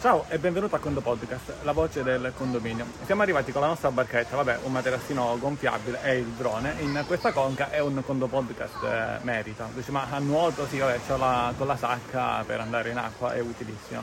Ciao e benvenuto a Condo Podcast, la voce del condominio. Siamo arrivati con la nostra barchetta, un materassino gonfiabile e il drone. In questa conca è un Condo Podcast merita. Dice, ma a nuoto sì, c'ho con la sacca per andare in acqua, è utilissimo.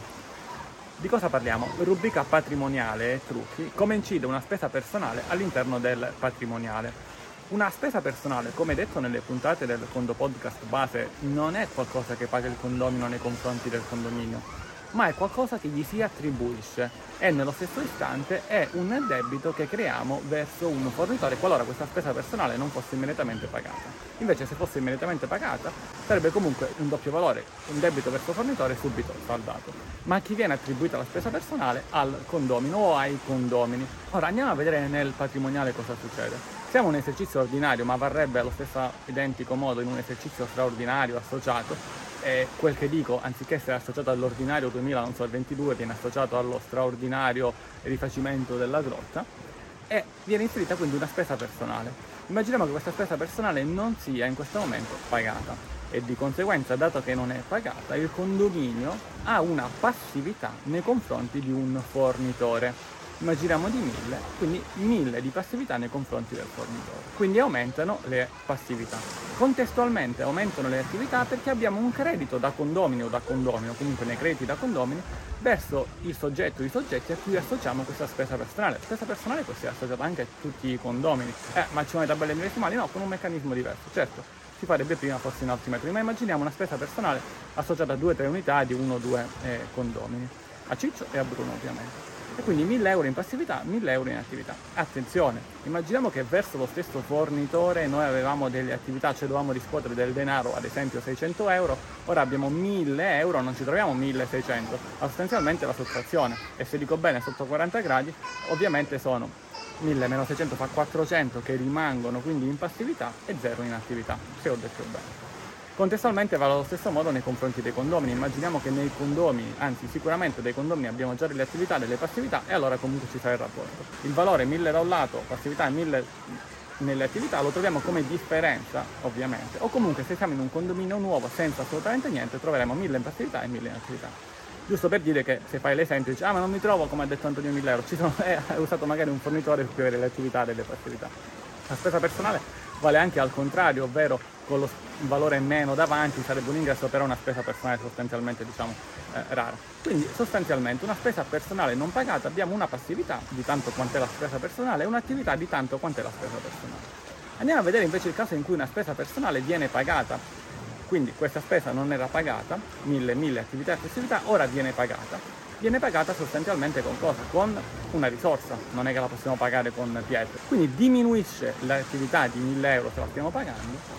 Di cosa parliamo? Rubrica patrimoniale e trucchi, come incide una spesa personale all'interno del patrimoniale. Una spesa personale, come detto nelle puntate del Condo Podcast base, non è qualcosa che paga il condomino nei confronti del condominio, ma è qualcosa che gli si attribuisce e nello stesso istante è un debito che creiamo verso un fornitore qualora questa spesa personale non fosse immediatamente pagata. Invece se fosse immediatamente pagata sarebbe comunque un doppio valore, un debito verso il fornitore subito saldato. Ma a chi viene attribuita la spesa personale? Al condomino o ai condomini. Ora andiamo a vedere nel patrimoniale cosa succede. Siamo un esercizio ordinario, ma varrebbe allo stesso identico modo in un esercizio straordinario associato. E quel che dico, anziché essere associato all'ordinario 2022, viene associato allo straordinario rifacimento della grotta e viene inserita quindi una spesa personale. Immaginiamo che questa spesa personale non sia in questo momento pagata e di conseguenza, dato che non è pagata, il condominio ha una passività nei confronti di un fornitore. Immaginiamo di 1000, quindi 1000 di passività nei confronti del fornitore. Quindi aumentano le passività. Contestualmente aumentano le attività perché abbiamo un credito da condomino o da condomino, comunque nei crediti da condomino, verso il soggetto o i soggetti a cui associamo questa spesa personale. Spesa personale può essere associata anche a tutti i condomini. Ma ci sono le tabelle millesimali? No, con un meccanismo diverso. Certo, si farebbe prima forse in altri metodi, ma immaginiamo una spesa personale associata a 2-3 unità di 1 o 2 condomini. A Ciccio e a Bruno ovviamente. E quindi 1000 euro in passività, 1000 euro in attività. Attenzione, immaginiamo che verso lo stesso fornitore noi avevamo delle attività, cioè dovevamo riscuotere del denaro, ad esempio 600 euro, ora abbiamo 1000 euro, non ci troviamo 1600, ma sostanzialmente la sottrazione, e se dico bene sotto 40 gradi, ovviamente sono 1000 meno 600 fa 400 che rimangono quindi in passività e 0 in attività, se ho detto bene. Contestualmente va allo stesso modo nei confronti dei condomini. Immaginiamo che nei condomini, anzi sicuramente dei condomini abbiamo già delle attività, delle passività e allora comunque ci sarà il rapporto. Il valore 1000 da un lato, passività e 1000 nelle attività lo troviamo come differenza ovviamente, o comunque se siamo in un condominio nuovo senza assolutamente niente troveremo 1000 in passività e 1000 in attività. Giusto per dire che se fai l'esempio dici ma non mi trovo, come ha detto Antonio, 1000 euro, hai usato magari un fornitore per cui avere le attività e delle passività. La spesa personale vale anche al contrario, ovvero con lo valore meno davanti sarebbe un ingresso per una spesa personale sostanzialmente rara. Quindi sostanzialmente una spesa personale non pagata abbiamo una passività di tanto quant'è la spesa personale e un'attività di tanto quant'è la spesa personale. Andiamo a vedere invece il caso in cui una spesa personale viene pagata. Quindi questa spesa non era pagata, 1000 attività e passività, ora viene pagata. Viene pagata sostanzialmente con cosa? Con una risorsa, non è che la possiamo pagare con pietre. Quindi diminuisce l'attività di 1000 euro se la stiamo pagando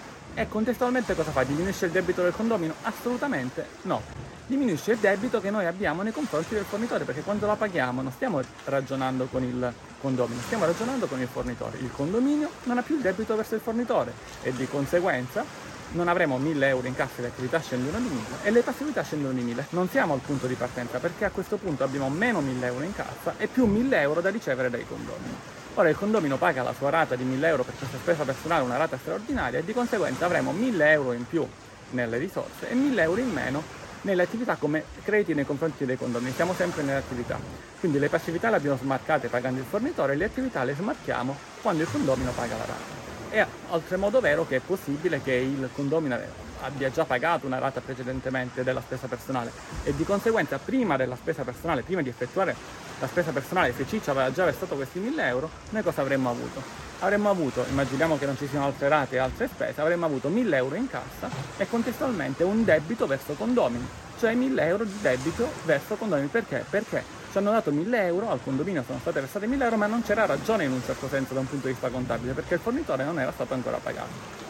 e contestualmente cosa fa? Diminuisce il debito del condomino? Assolutamente no. Diminuisce il debito che noi abbiamo nei confronti del fornitore, perché quando la paghiamo non stiamo ragionando con il condomino, stiamo ragionando con il fornitore. Il condominio non ha più il debito verso il fornitore e di conseguenza non avremo 1000 euro in cassa e le attività scendono di 1000 e le passività scendono di 1000. Non siamo al punto di partenza perché a questo punto abbiamo meno 1000 euro in cassa e più 1000 euro da ricevere dai condomini. Ora il condomino paga la sua rata di 1000 euro per questa spesa personale, una rata straordinaria, e di conseguenza avremo 1000 euro in più nelle risorse e 1000 euro in meno nelle attività come crediti nei confronti dei condomini. Siamo sempre nelle attività. Quindi le passività le abbiamo smarcate pagando il fornitore e le attività le smarchiamo quando il condomino paga la rata. È oltremodo vero che è possibile che il condomino abbia già pagato una rata precedentemente della spesa personale e di conseguenza prima della spesa personale, prima di effettuare la spesa personale, se Ciccio aveva già versato questi 1000 euro, noi cosa avremmo avuto? Avremmo avuto, immaginiamo che non ci siano altre rate e altre spese, avremmo avuto 1000 euro in cassa e contestualmente un debito verso condomini, cioè 1000 euro di debito verso condomini. Perché? Perché ci hanno dato 1000 euro, al condominio sono state versate 1000 euro, ma non c'era ragione in un certo senso da un punto di vista contabile, perché il fornitore non era stato ancora pagato.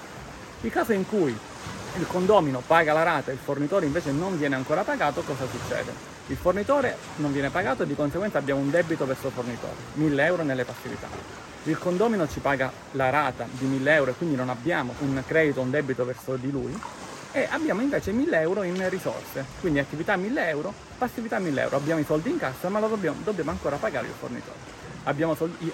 Il caso in cui il condomino paga la rata e il fornitore invece non viene ancora pagato, cosa succede? Il fornitore non viene pagato e di conseguenza abbiamo un debito verso il fornitore, 1000 euro nelle passività. Il condomino ci paga la rata di 1000 euro e quindi non abbiamo un credito, un debito verso di lui, e abbiamo invece 1000 euro in risorse, quindi attività 1000 euro, passività 1000 euro. Abbiamo i soldi in cassa ma dobbiamo ancora pagare il fornitore. Abbiamo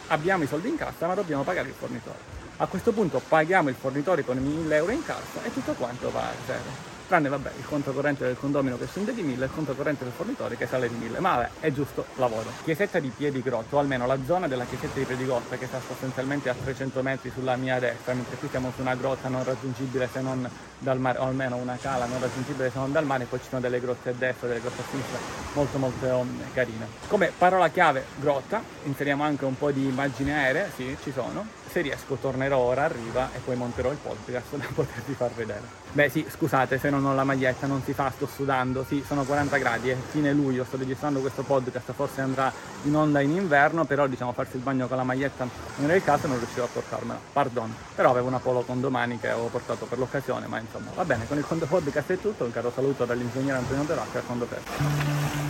i soldi in cassa ma dobbiamo pagare il fornitore. A questo punto paghiamo il fornitore con i 1000 euro in cassa e tutto quanto va a zero. tranne vabbè il conto corrente del condomino che scende di 1000 e il conto corrente del fornitore che sale di 1000, ma vabbè, è giusto lavoro. Chiesetta di Piedigrotta, o almeno la zona della chiesetta di Piedigrotta che sta sostanzialmente a 300 metri sulla mia destra, mentre qui siamo su una grotta non raggiungibile se non dal mare, o almeno una cala non raggiungibile se non dal mare, poi ci sono delle grotte a destra, delle grotte a sinistra molto carine. Come parola chiave grotta inseriamo anche un po' di immagini aeree, sì, ci sono. Se riesco tornerò ora a riva e poi monterò il podcast da potervi far vedere. Beh sì, scusate se non ho la maglietta, non si fa, sto sudando, sì, sono 40 gradi, è fine luglio, sto registrando questo podcast, forse andrà in onda in inverno, però diciamo farsi il bagno con la maglietta non era il caso e non riuscivo a portarmela, pardon. Però avevo una polo con domani che avevo portato per l'occasione, ma insomma va bene, con il Condo Podcast è tutto, un caro saluto dall'ingegnere Antonio Dell'Acqua e a Condo Fest.